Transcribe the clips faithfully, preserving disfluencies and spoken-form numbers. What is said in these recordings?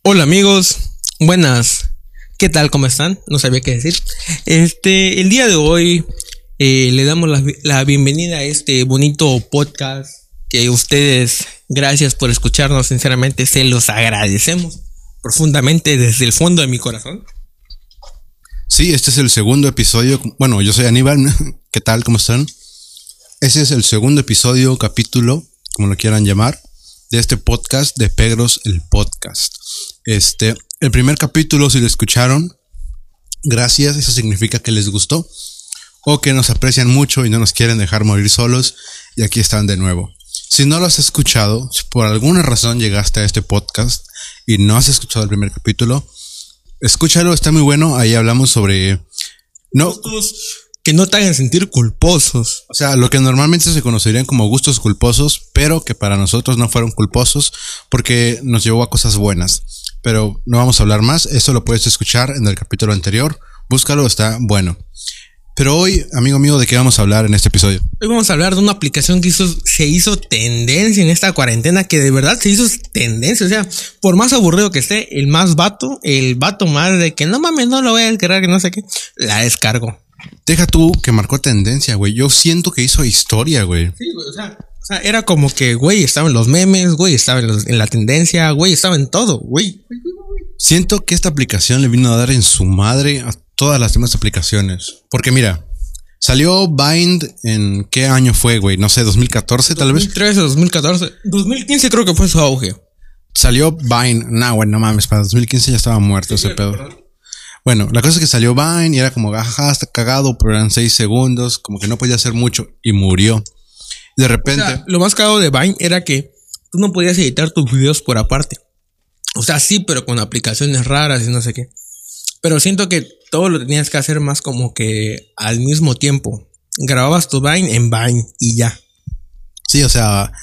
Hola amigos, buenas, ¿qué tal? ¿Cómo están? No sabía qué decir. Este, el día de hoy eh, le damos la, la bienvenida a este bonito podcast que ustedes, gracias por escucharnos, sinceramente se los agradecemos profundamente desde el fondo de mi corazón. Sí, este es el segundo episodio. Bueno, yo soy Aníbal. ¿Qué tal? ¿Cómo están? Ese es el segundo episodio, capítulo, como lo quieran llamar, de este podcast de Pegros, el podcast. Este, el primer capítulo, si lo escucharon, gracias, eso significa que les gustó o que nos aprecian mucho y no nos quieren dejar morir solos, y aquí están de nuevo. Si no lo has escuchado, si por alguna razón llegaste a este podcast y no has escuchado el primer capítulo, escúchalo, está muy bueno. Ahí hablamos sobre no que no te hagan sentir culposos. O sea, lo que normalmente se conocerían como gustos culposos, pero que para nosotros no fueron culposos porque nos llevó a cosas buenas. Pero no vamos a hablar más, eso lo puedes escuchar en el capítulo anterior. Búscalo, está bueno. Pero hoy, amigo mío, ¿de qué vamos a hablar en este episodio? Hoy vamos a hablar de una aplicación que hizo, se hizo tendencia en esta cuarentena, que de verdad se hizo tendencia. O sea, por más aburrido que esté, el más vato, el vato más de que no mames, no lo voy a descargar, que no sé qué, la descargo. Deja tú que marcó tendencia, güey. Yo siento que hizo historia, güey. Sí, güey, o sea, o sea, era como que, güey, estaba en los memes, güey, estaba en, los, en la tendencia, güey, estaba en todo, güey. Siento que esta aplicación le vino a dar en su madre a todas las demás aplicaciones. Porque mira, salió Vine en ¿qué año fue, güey? No sé, dos mil catorce tal vez. dos mil trece, dos mil catorce, dos mil quince creo que fue su auge. Salió Vine, nah, güey, no mames, para dos mil quince ya estaba muerto sí, ese pedo. ¿Verdad? Bueno, la cosa es que salió Vine y era como, ajá, está cagado, pero eran seis segundos, como que no podía hacer mucho y murió. Y de repente... O sea, lo más cagado de Vine era que tú no podías editar tus videos por aparte. O sea, sí, pero con aplicaciones raras y no sé qué. Pero siento que todo lo tenías que hacer más como que al mismo tiempo. Grababas tu Vine en Vine y ya. Sí, o sea,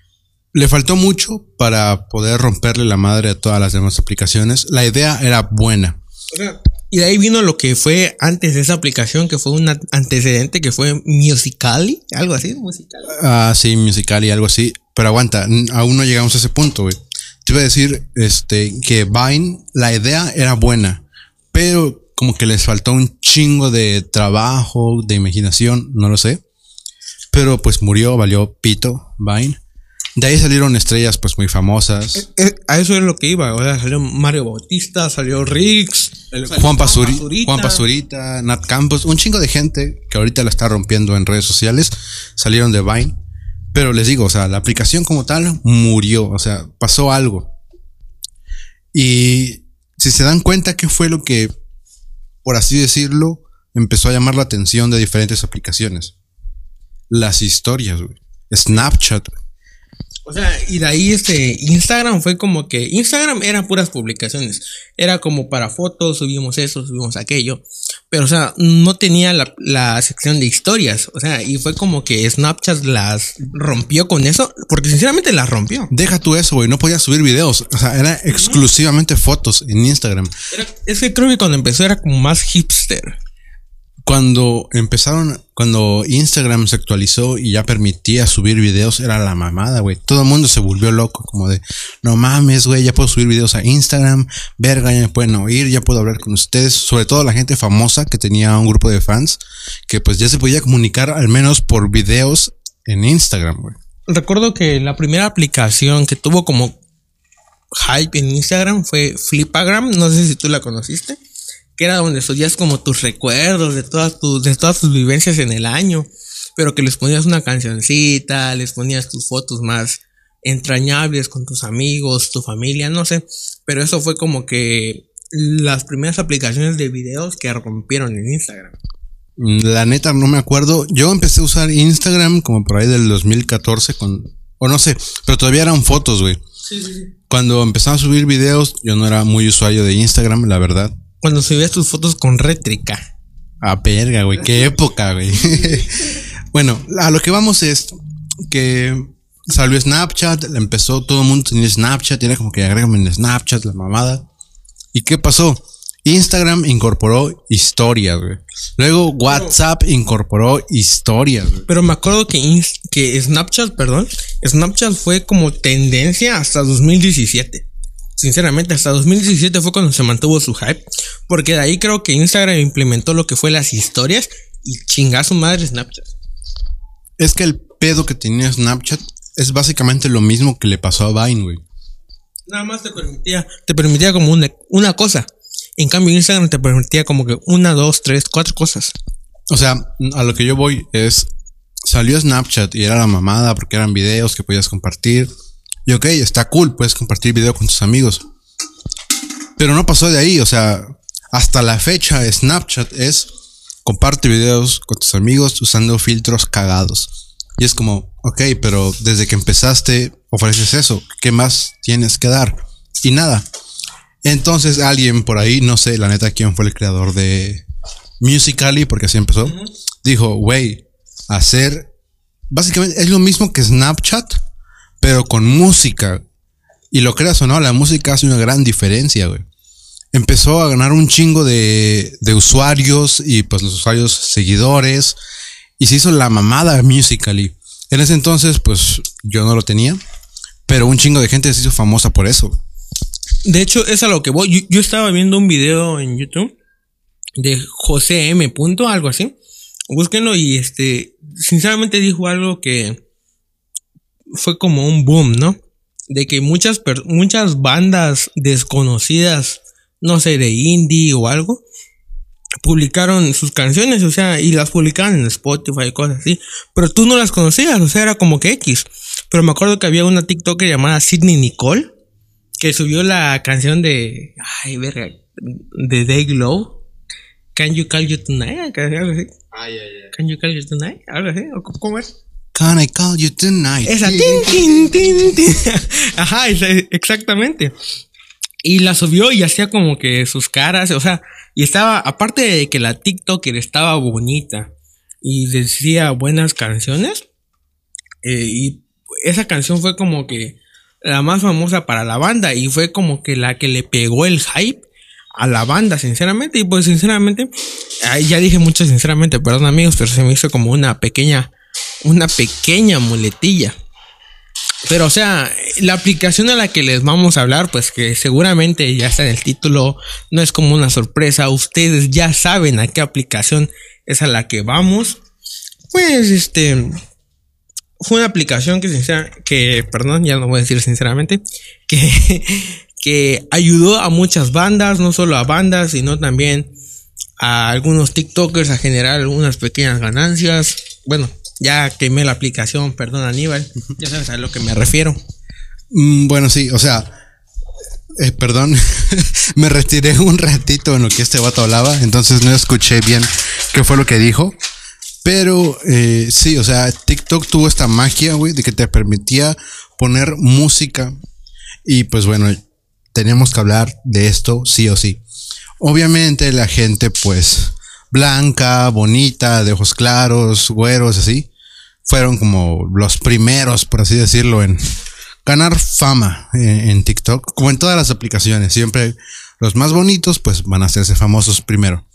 le faltó mucho para poder romperle la madre a todas las demás aplicaciones. La idea era buena. O sea, y de ahí vino lo que fue antes de esa aplicación, que fue un antecedente, que fue Musical.ly, algo así, Musical.ly. Ah, sí, Musical.ly, algo así. Pero aguanta, aún no llegamos a ese punto, güey. Te iba a decir este, que Vine, la idea era buena, pero como que les faltó un chingo de trabajo, de imaginación, no lo sé. Pero pues murió, valió pito Vine. De ahí salieron estrellas pues muy famosas. Eh, eh, a eso es lo que iba. O sea, salió Mario Bautista, salió Riggs, Juan, Pasuri, Pazurita. Juan Pazurita, Nat Campos, un chingo de gente que ahorita la está rompiendo en redes sociales. Salieron de Vine. Pero les digo, o sea, la aplicación como tal murió. O sea, pasó algo. Y si se dan cuenta, ¿qué fue lo que, por así decirlo, empezó a llamar la atención de diferentes aplicaciones? Las historias, güey. Snapchat, güey. O sea, y de ahí este Instagram fue como que Instagram eran puras publicaciones. Era como para fotos, subimos eso, subimos aquello. Pero o sea, no tenía la, la sección de historias. O sea, y fue como que Snapchat las rompió con eso. Porque sinceramente las rompió. Deja tú eso, güey, no podías subir videos. O sea, era exclusivamente fotos en Instagram. Era, es que creo que cuando empezó era como más hipster. Cuando empezaron, cuando Instagram se actualizó y ya permitía subir videos, era la mamada, güey. Todo el mundo se volvió loco, como de, no mames, güey, ya puedo subir videos a Instagram, verga, ya me pueden oír, ya puedo hablar con ustedes. Sobre todo la gente famosa que tenía un grupo de fans, que pues ya se podía comunicar al menos por videos en Instagram, güey. Recuerdo que la primera aplicación que tuvo como hype en Instagram fue Flipagram, no sé si tú la conociste. Que era donde subías como tus recuerdos de todas tus, de todas tus vivencias en el año. Pero que les ponías una cancioncita, les ponías tus fotos más entrañables con tus amigos, tu familia, no sé. Pero eso fue como que las primeras aplicaciones de videos que rompieron en Instagram. La neta no me acuerdo. Yo empecé a usar Instagram como por ahí del dos mil catorce con... O no sé, pero todavía eran fotos, güey. Sí, sí, sí. Cuando empezaba a subir videos, yo no era muy usuario de Instagram, la verdad. Cuando subías tus fotos con rétrica. Ah, verga, güey. Qué época, güey. Bueno, a lo que vamos es que salió Snapchat, empezó, todo el mundo tenía Snapchat, era como que agrégame en Snapchat, la mamada. ¿Y qué pasó? Instagram incorporó historias, güey. Luego WhatsApp pero, incorporó historias, güey. Pero me acuerdo que, ins- que Snapchat, perdón, Snapchat fue como tendencia hasta dos mil diecisiete. Sinceramente, hasta dos mil diecisiete fue cuando se mantuvo su hype. Porque de ahí creo que Instagram implementó lo que fue las historias y chingá su madre Snapchat. Es que el pedo que tenía Snapchat es básicamente lo mismo que le pasó a Vine, güey. Nada más te permitía, te permitía como una, una cosa. En cambio, Instagram te permitía como que una, dos, tres, cuatro cosas. O sea, a lo que yo voy es... Salió Snapchat y era la mamada porque eran videos que podías compartir. Y ok, está cool, puedes compartir video con tus amigos. Pero no pasó de ahí, o sea, hasta la fecha Snapchat es comparte videos con tus amigos usando filtros cagados. Y es como, ok, pero desde que empezaste ofreces eso, ¿qué más tienes que dar? Y nada. Entonces alguien por ahí, no sé la neta quién fue el creador de Musical.ly, porque así empezó, uh-huh. Dijo, güey, hacer, básicamente es lo mismo que Snapchat, pero con música. Y lo creas o no, la música hace una gran diferencia, güey. Empezó a ganar un chingo de, de usuarios y pues los usuarios seguidores. Y se hizo la mamada Musical.ly. En ese entonces, pues yo no lo tenía, pero un chingo de gente se hizo famosa por eso. De hecho, es a lo que voy. Yo, yo estaba viendo un video en YouTube de José M. Punto, algo así. Búsquenlo y este, sinceramente dijo algo que fue como un boom, ¿no? De que muchas, muchas bandas desconocidas, no sé, de indie o algo, publicaron sus canciones, o sea, y las publicaban en Spotify y cosas así, pero tú no las conocías, o sea, era como que X. Pero me acuerdo que había una TikToker llamada Sydney Nicole que subió la canción de, ay, verga, de Day Glow. Can you call you tonight? Algo así. Ah, yeah, yeah. Can you call you tonight? Algo así. ¿Cómo es? Can I call you tonight? Esa. Tin, tin, tin, tin. Ajá, esa, exactamente. Y la subió y hacía como que sus caras, o sea, y estaba, aparte de que la TikToker estaba bonita y decía buenas canciones, eh, y esa canción fue como que la más famosa para la banda y fue como que la que le pegó el hype a la banda, sinceramente. Y pues sinceramente, ya dije mucho sinceramente, perdón amigos, pero se me hizo como una pequeña, una pequeña muletilla. Pero o sea, la aplicación a la que les vamos a hablar, pues que seguramente ya está en el título, no es como una sorpresa, ustedes ya saben a qué aplicación es a la que vamos. Pues este, fue una aplicación que sincera, que, perdón, ya no voy a decir sinceramente, que... que ayudó a muchas bandas, no solo a bandas, sino también a algunos TikTokers a generar algunas pequeñas ganancias. Bueno, ya quemé la aplicación, perdón Aníbal, ya sabes a lo que me refiero. Mm, bueno, sí, o sea, eh, perdón, me retiré un ratito en lo que este vato hablaba, entonces no escuché bien qué fue lo que dijo. Pero eh, sí, o sea, TikTok tuvo esta magia, güey, de que te permitía poner música. Y pues bueno, tenemos que hablar de esto sí o sí. Obviamente la gente pues blanca, bonita, de ojos claros, güeros, así, fueron como los primeros, por así decirlo, en ganar fama en, en TikTok. Como en todas las aplicaciones, siempre los más bonitos pues van a hacerse famosos primero.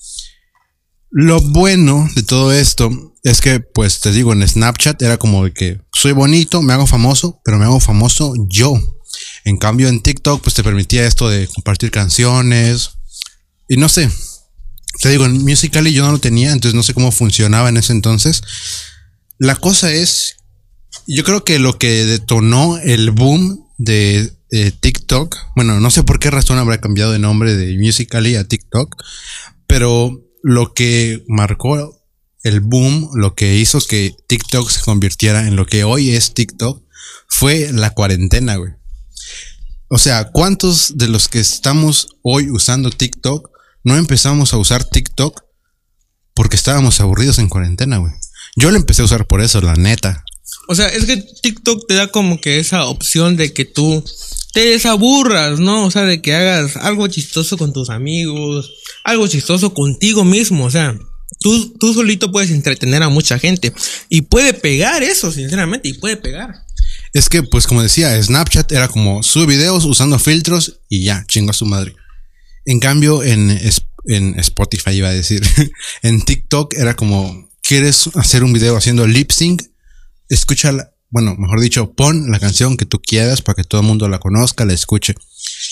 Lo bueno de todo esto es que, pues te digo, en Snapchat era como de que soy bonito, me hago famoso, pero me hago famoso yo. En cambio en TikTok pues te permitía esto de compartir canciones y no sé, te digo, en Musical.ly yo no lo tenía, entonces no sé cómo funcionaba en ese entonces. La cosa es, yo creo que lo que detonó el boom de eh, TikTok, bueno, no sé por qué razón habrá cambiado de nombre de Musical.ly a TikTok, pero lo que marcó el boom, lo que hizo que TikTok se convirtiera en lo que hoy es TikTok, fue la cuarentena, güey. O sea, ¿cuántos de los que estamos hoy usando TikTok no empezamos a usar TikTok porque estábamos aburridos en cuarentena, güey? Yo lo empecé a usar por eso, la neta. O sea, es que TikTok te da como que esa opción de que tú te desaburras, ¿no? O sea, de que hagas algo chistoso con tus amigos, algo chistoso contigo mismo, o sea, tú, tú solito puedes entretener a mucha gente y puede pegar eso, sinceramente, y puede pegar. Es que, pues como decía, Snapchat era como sube videos usando filtros y ya, chingo a su madre. En cambio, en, en Spotify iba a decir, en TikTok era como, ¿quieres hacer un video haciendo lip sync? Escúchala, bueno, mejor dicho, pon la canción que tú quieras para que todo el mundo la conozca, la escuche.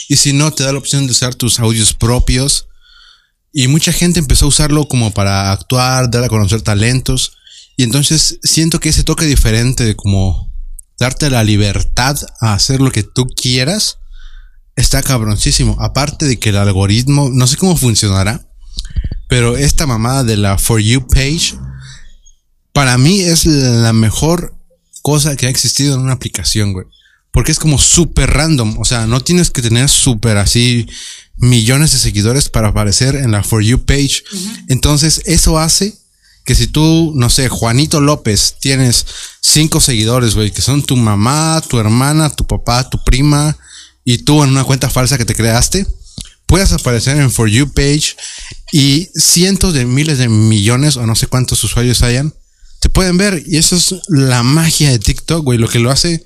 Y si no, te da la opción de usar tus audios propios. Y mucha gente empezó a usarlo como para actuar, dar a conocer talentos. Y entonces siento que ese toque diferente de como darte la libertad a hacer lo que tú quieras está cabroncísimo. Aparte de que el algoritmo, no sé cómo funcionará, pero esta mamada de la For You page, para mí es la mejor cosa que ha existido en una aplicación, güey. Porque es como súper random. O sea, no tienes que tener súper así millones de seguidores para aparecer en la For You page. Uh-huh. Entonces, eso hace que si tú, no sé, Juanito López, tienes cinco seguidores, güey, que son tu mamá, tu hermana, tu papá, tu prima, y tú en una cuenta falsa que te creaste, puedes aparecer en For You page y cientos de miles de millones o no sé cuántos usuarios hayan, te pueden ver. Y eso es la magia de TikTok, güey, lo que lo hace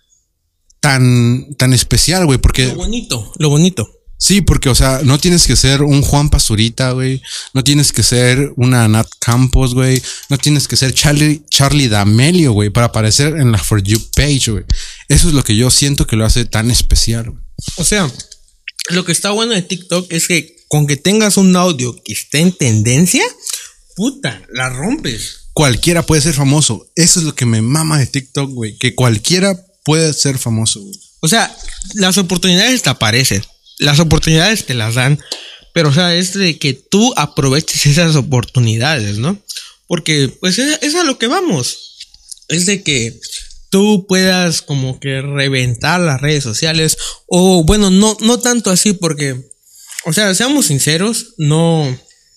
tan, tan especial, güey, porque... Lo bonito, lo bonito. Sí, porque, o sea, no tienes que ser un Juan Pazurita, güey. No tienes que ser una Nat Campos, güey. No tienes que ser Charlie, Charlie D'Amelio, güey, para aparecer en la For You page, güey. Eso es lo que yo siento que lo hace tan especial, güey. O sea, lo que está bueno de TikTok es que con que tengas un audio que esté en tendencia, puta, la rompes. Cualquiera puede ser famoso. Eso es lo que me mama de TikTok, güey. Que cualquiera puede ser famoso, güey. O sea, las oportunidades te aparecen. Las oportunidades te las dan, pero o sea, es de que tú aproveches esas oportunidades, ¿no? Porque pues es, es a lo que vamos. Es de que tú puedas como que reventar las redes sociales. O bueno, no, no tanto así porque, o sea, seamos sinceros, no,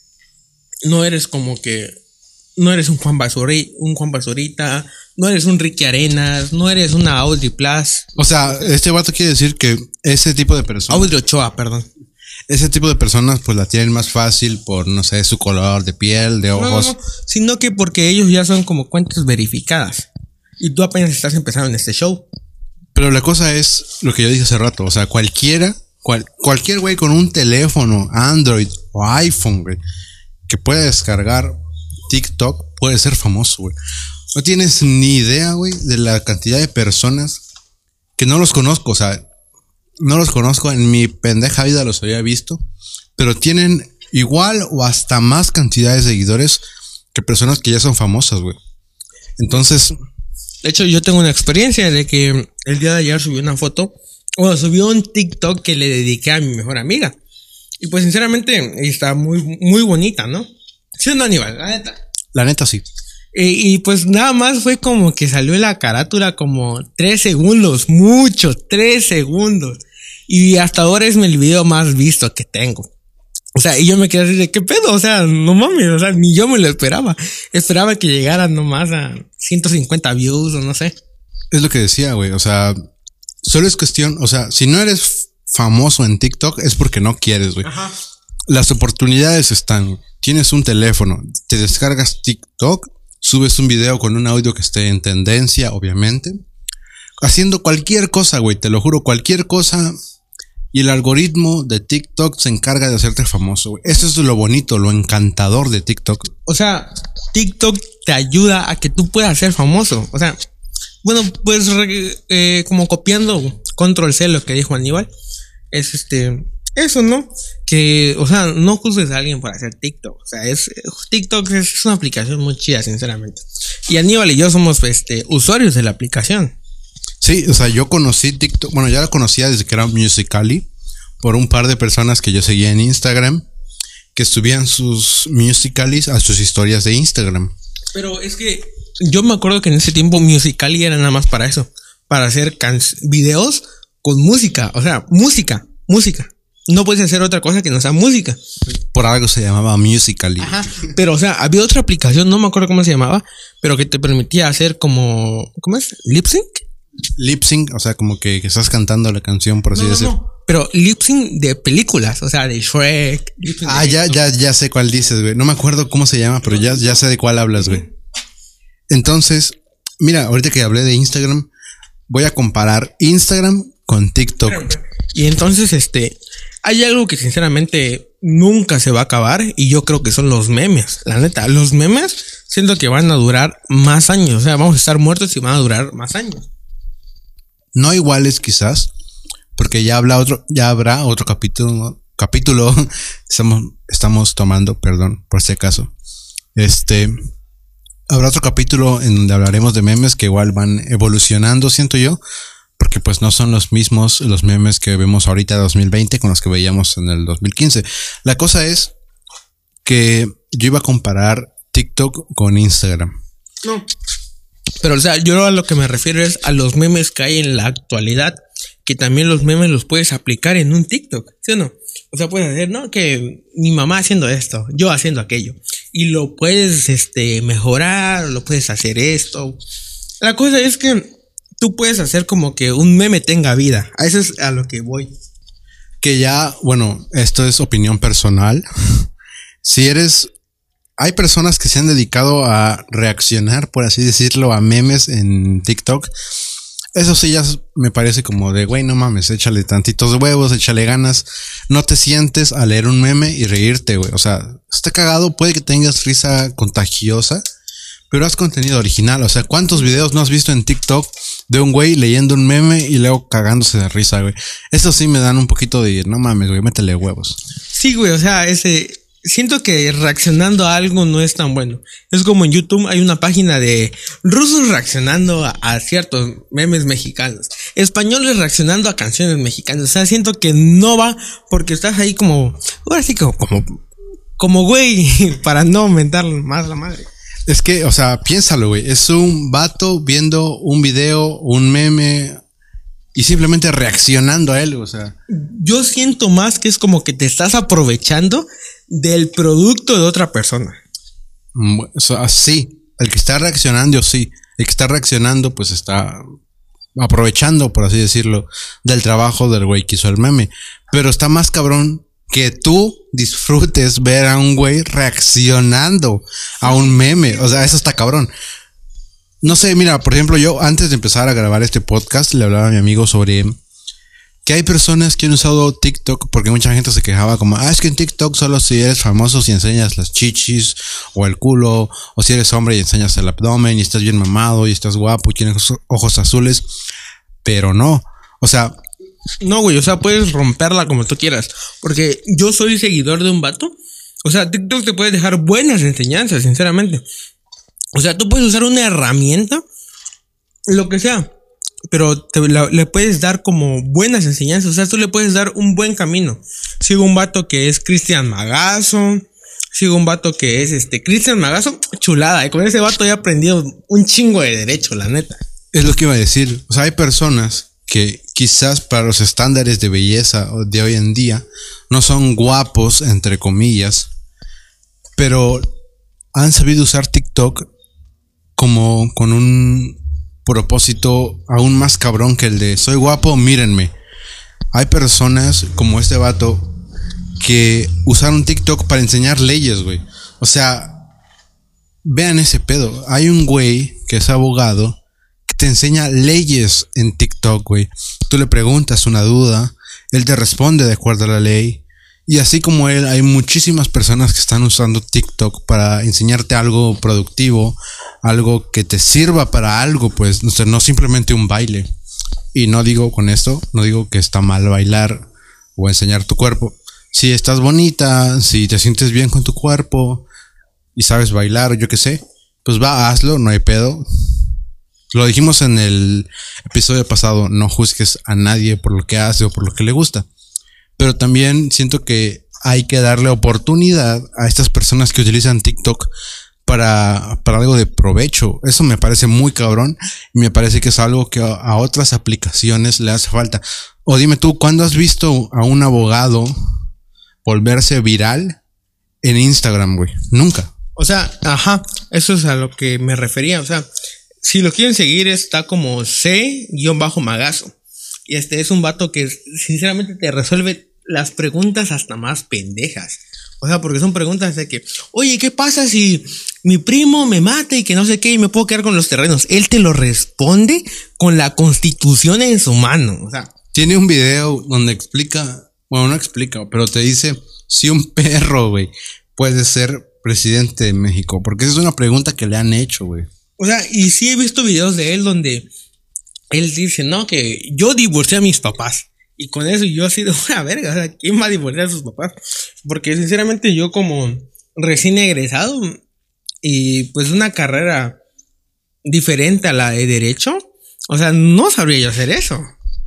no eres como que, no eres un Juan Basurita, un Juan Basurita, no eres un Ricky Arenas, no eres una Audi Plus. O sea, este vato quiere decir que ese tipo de personas... Audi Ochoa, perdón. Ese tipo de personas pues la tienen más fácil por, no sé, su color de piel, de ojos. No, no, sino que porque ellos ya son como cuentas verificadas. Y tú apenas estás empezando en este show. Pero la cosa es lo que yo dije hace rato. O sea, cualquiera, cual, cualquier güey con un teléfono, Android o iPhone, güey, que pueda descargar TikTok, puede ser famoso, güey. No tienes ni idea, güey, de la cantidad de personas que no los conozco. O sea, no los conozco, en mi pendeja vida los había visto, pero tienen igual o hasta más cantidad de seguidores que personas que ya son famosas, güey. Entonces... De hecho, yo tengo una experiencia de que el día de ayer subí una foto, o subió un TikTok que le dediqué a mi mejor amiga. Y pues sinceramente está muy, muy bonita, ¿no? Sí, no, Aníbal, la neta. La neta, sí. Y, y pues nada más fue como que salió en la carátula como tres segundos, mucho, tres segundos. Y hasta ahora es el video más visto que tengo. O sea, y yo me quedé así de, ¿qué pedo? O sea, no mames, o sea, ni yo me lo esperaba. Esperaba que llegara nomás a ciento cincuenta views o no sé. Es lo que decía, güey, o sea, solo es cuestión, o sea, si no eres famoso en TikTok es porque no quieres, güey. Ajá. Las oportunidades están, tienes un teléfono, te descargas TikTok, subes un video con un audio que esté en tendencia, obviamente, haciendo cualquier cosa, güey, te lo juro, cualquier cosa. Y el algoritmo de TikTok se encarga de hacerte famoso, güey. Eso es lo bonito, lo encantador de TikTok. O sea, TikTok te ayuda a que tú puedas ser famoso. O sea, bueno, pues eh, como copiando Control C lo que dijo Aníbal, es este, eso, ¿no? Que, o sea, no juzgues a alguien por hacer TikTok. O sea, es TikTok es, es una aplicación muy chida, sinceramente. Y Aníbal y yo somos este usuarios de la aplicación. Sí, o sea, yo conocí TikTok, bueno, ya la conocía desde que era Musical.ly por un par de personas que yo seguía en Instagram que subían sus Musical.lys a sus historias de Instagram. Pero es que yo me acuerdo que en ese tiempo Musical.ly era nada más para eso, para hacer can- videos con música, o sea, música, música. No puedes hacer otra cosa que no sea música. Por algo se llamaba Musical.ly. Ajá, pero o sea, había otra aplicación, no me acuerdo cómo se llamaba, pero que te permitía hacer como, ¿cómo es? ¿Lip sync? Lip sync, o sea, como que, que estás cantando la canción, por así no, no, decirlo. No. Pero lip sync de películas, o sea, de Shrek. Ah, de ya, ya, ya sé cuál dices, güey. No me acuerdo cómo se llama, pero ya, ya sé de cuál hablas, güey. Entonces, mira, ahorita que hablé de Instagram, voy a comparar Instagram con TikTok. Y entonces, este, hay algo que sinceramente nunca se va a acabar y yo creo que son los memes. La neta, los memes siento que van a durar más años. O sea, vamos a estar muertos y van a durar más años. No iguales quizás, porque ya habla otro, ya habrá otro capítulo, ¿no? capítulo estamos, estamos tomando, perdón, por si acaso. Este, habrá otro capítulo en donde hablaremos de memes que igual van evolucionando, siento yo, porque pues no son los mismos los memes que vemos ahorita de dos mil veinte con los que veíamos en el dos mil quince. La cosa es que yo iba a comparar TikTok con Instagram. No. Pero, o sea, yo a lo que me refiero es a los memes que hay en la actualidad, que también los memes los puedes aplicar en un TikTok, ¿sí o no? O sea, puedes hacer, ¿no? Que mi mamá haciendo esto, yo haciendo aquello. Y lo puedes, este, mejorar, lo puedes hacer esto. La cosa es que tú puedes hacer como que un meme tenga vida. A eso es a lo que voy. Que ya, bueno, esto es opinión personal. Si eres... Hay personas que se han dedicado a reaccionar, por así decirlo, a memes en TikTok. Eso sí ya me parece como de, güey, no mames, échale tantitos huevos, échale ganas. No te sientes a leer un meme y reírte, güey. O sea, está cagado, puede que tengas risa contagiosa, pero haz contenido original. O sea, ¿cuántos videos no has visto en TikTok de un güey leyendo un meme y luego cagándose de risa, güey? Eso sí me dan un poquito de, no mames, güey, métele huevos. Sí, güey, o sea, ese... Siento que reaccionando a algo no es tan bueno. Es como en YouTube hay una página de rusos reaccionando a, a ciertos memes mexicanos, españoles reaccionando a canciones mexicanas. O sea, siento que no va porque estás ahí como, ahora sí como, como, como güey, para no aumentar más la madre. Es que, o sea, piénsalo, güey. Es un vato viendo un video, un meme y simplemente reaccionando a él, o sea. Yo siento más que es como que te estás aprovechando del producto de otra persona. O sea, sí, el que está reaccionando, sí. El que está reaccionando, pues está aprovechando, por así decirlo, del trabajo del güey que hizo el meme. Pero está más cabrón que tú disfrutes ver a un güey reaccionando a un meme. O sea, eso está cabrón. No sé, mira, por ejemplo, yo antes de empezar a grabar este podcast le hablaba a mi amigo sobre que hay personas que han usado TikTok porque mucha gente se quejaba como, ah, es que en TikTok solo si eres famoso si enseñas las chichis o el culo, o si eres hombre y enseñas el abdomen y estás bien mamado y estás guapo y tienes ojos azules, pero no, o sea... No, güey, o sea, puedes romperla como tú quieras, porque yo soy seguidor de un vato, o sea, TikTok te puede dejar buenas enseñanzas, sinceramente. O sea, tú puedes usar una herramienta, lo que sea, pero te la, le puedes dar como buenas enseñanzas. O sea, tú le puedes dar un buen camino. Sigo un vato que es Cristian Magazo. Sigo un vato que es este Cristian Magazo. Chulada. Y con ese vato he aprendido un chingo de derecho, la neta. Es lo que iba a decir. O sea, hay personas que quizás para los estándares de belleza de hoy en día no son guapos, entre comillas, pero han sabido usar TikTok como con un propósito aún más cabrón que el de soy guapo, mírenme. Hay personas como este vato que usaron TikTok para enseñar leyes, güey. O sea, vean ese pedo. Hay un güey que es abogado que te enseña leyes en TikTok, güey. Tú le preguntas una duda, él te responde de acuerdo a la ley. Y así como él, hay muchísimas personas que están usando TikTok para enseñarte algo productivo, algo que te sirva para algo, pues, o sea, no simplemente un baile. Y no digo con esto, no digo que está mal bailar o enseñar tu cuerpo. Si estás bonita, si te sientes bien con tu cuerpo y sabes bailar, yo qué sé, pues va, hazlo, no hay pedo. Lo dijimos en el episodio pasado, no juzgues a nadie por lo que hace o por lo que le gusta. Pero también siento que hay que darle oportunidad a estas personas que utilizan TikTok para, para algo de provecho. Eso me parece muy cabrón y me parece que es algo que a, a otras aplicaciones le hace falta. O dime tú, ¿cuándo has visto a un abogado volverse viral en Instagram, güey? Nunca. O sea, ajá, eso es a lo que me refería. O sea, si lo quieren seguir está como C-Magazo. Y este es un vato que sinceramente te resuelve las preguntas hasta más pendejas. O sea, porque son preguntas de que, oye, ¿qué pasa si mi primo me mata y que no sé qué y me puedo quedar con los terrenos? Él te lo responde con la Constitución en su mano. O sea, tiene un video donde explica, bueno, no explica, pero te dice si un perro, güey, puede ser presidente de México. Porque esa es una pregunta que le han hecho, güey. O sea, y sí he visto videos de él donde él dice, no, que yo divorcié a mis papás Y con eso yo he sido una verga. O sea, ¿quién va a divorciar a sus papás? Porque sinceramente yo como recién egresado y pues una carrera diferente a la de derecho, o sea, no sabría yo hacer eso.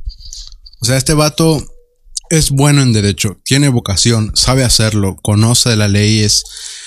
O sea, este vato es bueno en derecho, tiene vocación, sabe hacerlo, conoce de las leyes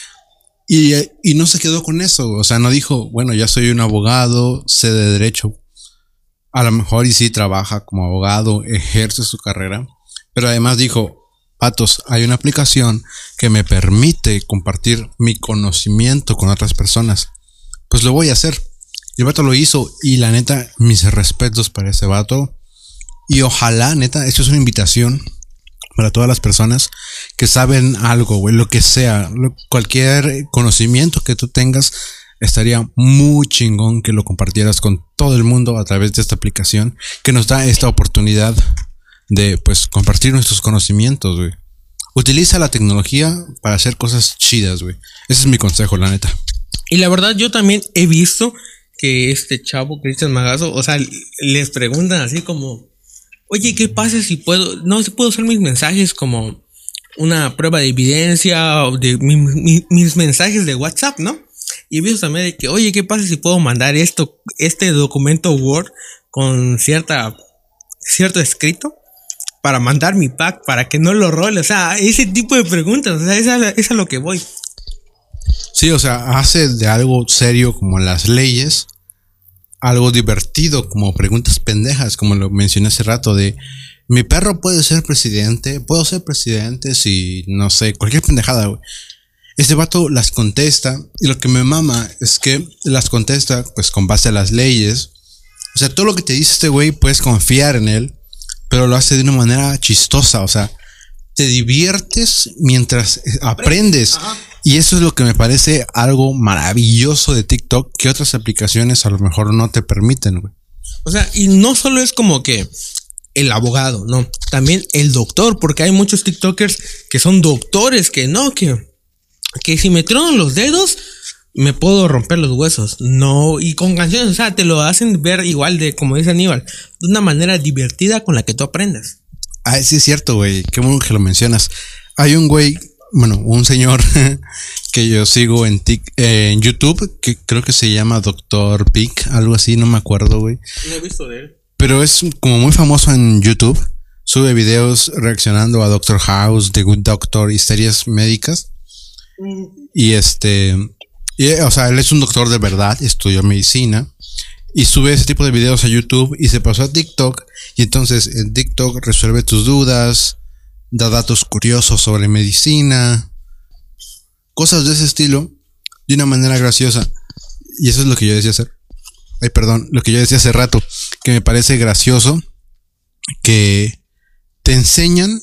y, y no se quedó con eso. O sea, no dijo, bueno, ya soy un abogado, sé de derecho. A lo mejor y sí trabaja como abogado, ejerce su carrera, pero además dijo, patos, hay una aplicación que me permite compartir mi conocimiento con otras personas. Pues lo voy a hacer. Y el vato lo hizo y la neta, mis respetos para ese vato. Y ojalá, neta, esto es una invitación para todas las personas que saben algo, güey, lo que sea, lo, cualquier conocimiento que tú tengas. Estaría muy chingón que lo compartieras con todo el mundo a través de esta aplicación que nos da esta oportunidad de, pues, compartir nuestros conocimientos, güey. Utiliza la tecnología para hacer cosas chidas, güey. Ese es mi consejo, la neta. Y la verdad, yo también he visto que este chavo, Cristian Magazo, o sea, les preguntan así como, oye, ¿qué pasa si puedo, no, si puedo usar mis mensajes como una prueba de evidencia o de mi, mi, mis mensajes de WhatsApp, ¿no? Y he visto también de que, oye, ¿qué pasa si puedo mandar esto, este documento Word con cierta, cierto escrito para mandar mi pack, para que no lo role? O sea, ese tipo de preguntas, o sea, esa es a lo que voy. Sí, o sea, hace de algo serio como las leyes, algo divertido como preguntas pendejas, como lo mencioné hace rato, de mi perro puede ser presidente, puedo ser presidente si, no sé, cualquier pendejada, güey. Este vato las contesta y lo que me mama es que las contesta pues con base a las leyes. O sea, todo lo que te dice este güey puedes confiar en él, pero lo hace de una manera chistosa. O sea, te diviertes mientras aprendes. Y eso es lo que me parece algo maravilloso de TikTok que otras aplicaciones a lo mejor no te permiten, güey. O sea, y no solo es como que el abogado, no, también el doctor, porque hay muchos TikTokers que son doctores que no, que... que si me trono los dedos me puedo romper los huesos. No, y con canciones, o sea, te lo hacen ver igual de, como dice Aníbal, de una manera divertida con la que tú aprendes. Ah, sí es cierto, güey, qué bueno que lo mencionas. Hay un güey, bueno, un señor que yo sigo en, tic, eh, en YouTube, que creo que se llama doctor Pic, algo así, no me acuerdo, güey. No he visto de él. Pero es como muy famoso en YouTube. Sube videos reaccionando a Doctor House, The Good Doctor y series médicas. Y este, y, o sea, él es un doctor de verdad, estudió medicina y sube ese tipo de videos a YouTube y se pasó a TikTok. Y entonces en TikTok resuelve tus dudas, da datos curiosos sobre medicina, cosas de ese estilo, de una manera graciosa. Y eso es lo que yo decía hacer. Ay, perdón, lo que yo decía hace rato, que me parece gracioso que te enseñan.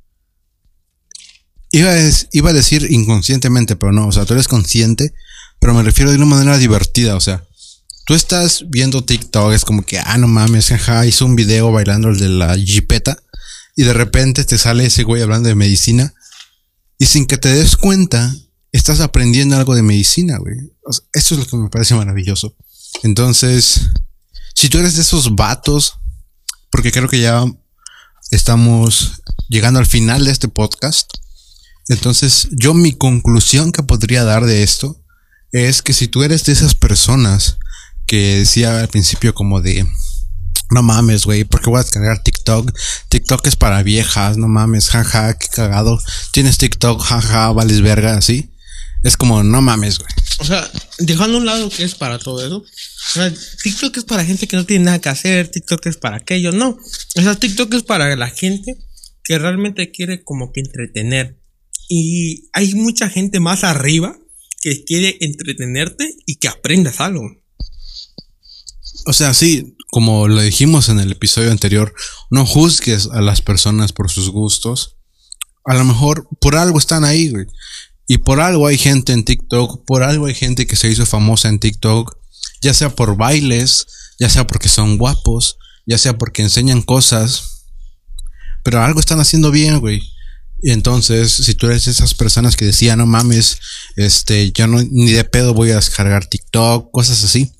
Iba a, iba a decir inconscientemente, pero no, o sea, tú eres consciente, pero me refiero de una manera divertida, o sea, tú estás viendo TikTok, es como que, ah, no mames, jaja, hizo un video bailando el de la jipeta, y de repente te sale ese güey hablando de medicina, y sin que te des cuenta, estás aprendiendo algo de medicina, güey. O sea, eso es lo que me parece maravilloso. Entonces, si tú eres de esos vatos, porque creo que ya estamos llegando al final de este podcast, entonces yo mi conclusión que podría dar de esto es que si tú eres de esas personas que decía al principio como de no mames, güey, ¿por qué voy a descargar TikTok? TikTok es para viejas, no mames, jaja, qué cagado. Tienes TikTok, jaja, vales verga, así. Es como, no mames, güey. O sea, dejando a un lado que es para todo eso. O sea, TikTok es para gente que no tiene nada que hacer. TikTok es para aquello, no. O sea, TikTok es para la gente que realmente quiere como que entretener. Y hay mucha gente más arriba que quiere entretenerte y que aprendas algo. O sea, sí, como lo dijimos en el episodio anterior, no juzgues a las personas por sus gustos. A lo mejor por algo están ahí, güey. Y por algo hay gente en TikTok, por algo hay gente que se hizo famosa en TikTok, ya sea por bailes, ya sea porque son guapos, ya sea porque enseñan cosas, pero algo están haciendo bien, güey. Y entonces, si tú eres de esas personas que decían, no mames, este, yo no, ni de pedo voy a descargar TikTok, cosas así,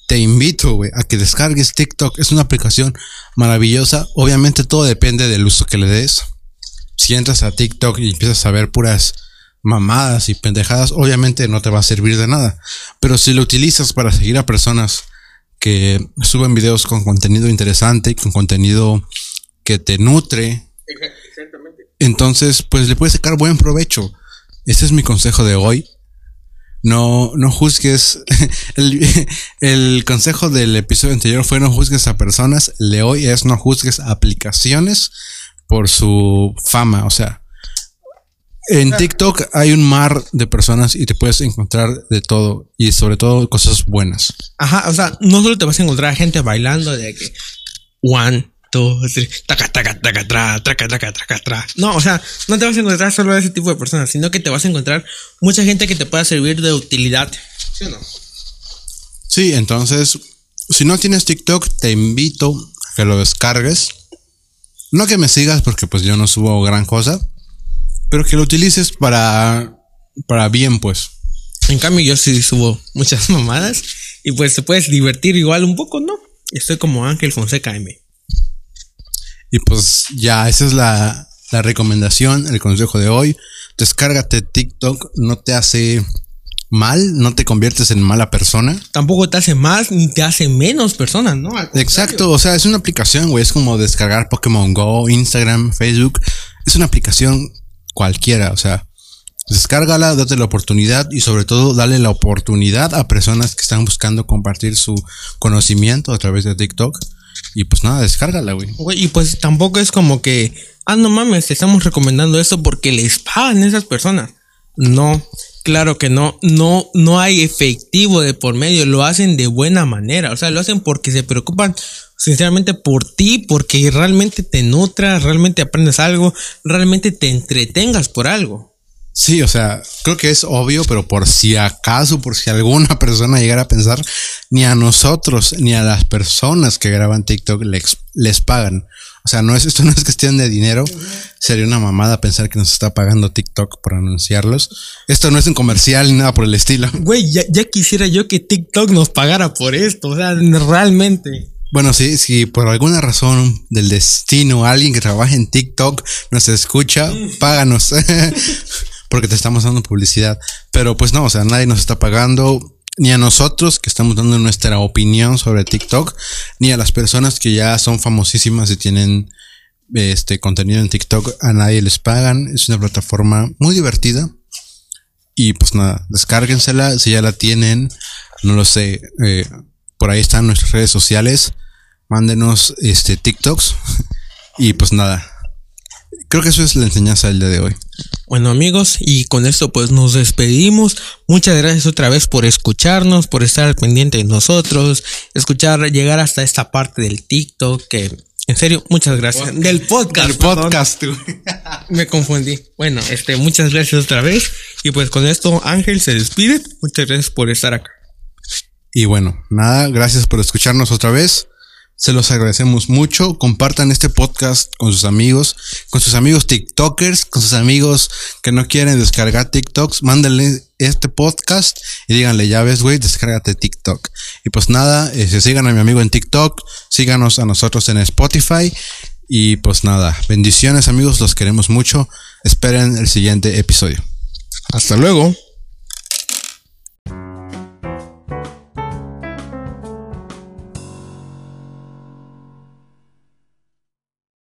te invito, güey, a que descargues TikTok. Es una aplicación maravillosa. Obviamente todo depende del uso que le des. Si entras a TikTok y empiezas a ver puras mamadas y pendejadas, obviamente no te va a servir de nada. Pero si lo utilizas para seguir a personas que suben videos con contenido interesante, con contenido que te nutre, entonces pues le puedes sacar buen provecho. Este es mi consejo de hoy. No, no juzgues. El, el consejo del episodio anterior fue no juzgues a personas. El de hoy es no juzgues a aplicaciones por su fama. O sea, en TikTok hay un mar de personas y te puedes encontrar de todo. Y sobre todo cosas buenas. Ajá, o sea, no solo te vas a encontrar gente bailando de que one, two, three, taca, taca, taca, tra, traca, traca, traca, tra. No, o sea, no te vas a encontrar solo a ese tipo de personas, sino que te vas a encontrar mucha gente que te pueda servir de utilidad. ¿Sí o no? Sí, entonces, si no tienes TikTok, te invito a que lo descargues. No que me sigas porque pues yo no subo gran cosa, pero que lo utilices para, para bien, pues. En cambio, yo sí subo muchas mamadas y pues te puedes divertir igual un poco, ¿no? Estoy como Ángel Fonseca M. Y pues ya, esa es la, la recomendación, el consejo de hoy. Descárgate TikTok, no te hace mal, no te conviertes en mala persona. Tampoco te hace más ni te hace menos persona, ¿no? Exacto, o sea, es una aplicación, güey, es como descargar Pokémon Go, Instagram, Facebook. Es una aplicación cualquiera, o sea, descárgala, date la oportunidad y sobre todo dale la oportunidad a personas que están buscando compartir su conocimiento a través de TikTok. Y pues nada, descárgala, güey. Güey, y pues tampoco es como que, ah, no mames, te estamos recomendando eso porque les pagan esas personas. No, claro que no, no, no hay efectivo de por medio, lo hacen de buena manera, o sea, lo hacen porque se preocupan sinceramente por ti, porque realmente te nutras, realmente aprendes algo, realmente te entretengas por algo. Sí, o sea, creo que es obvio, pero por si acaso, por si alguna persona llegara a pensar, ni a nosotros, ni a las personas que graban TikTok les, les pagan. O sea, no es, esto no es cuestión de dinero. Sería una mamada pensar que nos está pagando TikTok por anunciarlos. Esto no es un comercial ni nada por el estilo. Güey, ya, ya quisiera yo que TikTok nos pagara por esto, o sea, realmente. Bueno, sí, si por alguna razón del destino alguien que trabaja en TikTok nos escucha, páganos. Porque te estamos dando publicidad. Pero pues no, o sea, nadie nos está pagando, ni a nosotros que estamos dando nuestra opinión sobre TikTok, ni a las personas que ya son famosísimas y tienen este contenido en TikTok, a nadie les pagan. Es una plataforma muy divertida. Y pues nada, descárguensela si ya la tienen. No lo sé, eh, por ahí están nuestras redes sociales. Mándenos este TikToks. Y pues nada, creo que eso es la enseñanza del día de hoy. Bueno, amigos, y con esto pues nos despedimos. Muchas gracias otra vez por escucharnos, por estar al pendiente de nosotros, escuchar, llegar hasta esta parte del TikTok, que en serio, muchas gracias. Podcast. Del podcast. Del podcast, tú. Me confundí. Bueno, este, muchas gracias otra vez. Y pues con esto Ángel se despide. Muchas gracias por estar acá. Y bueno, nada, gracias por escucharnos otra vez. Se los agradecemos mucho. Compartan este podcast con sus amigos, con sus amigos TikTokers, con sus amigos que no quieren descargar TikToks. Mándenle este podcast y díganle, ya ves, güey, descárgate TikTok. Y pues nada, eh, sigan a mi amigo en TikTok, síganos a nosotros en Spotify. Y pues nada, bendiciones, amigos, los queremos mucho. Esperen el siguiente episodio. Hasta luego.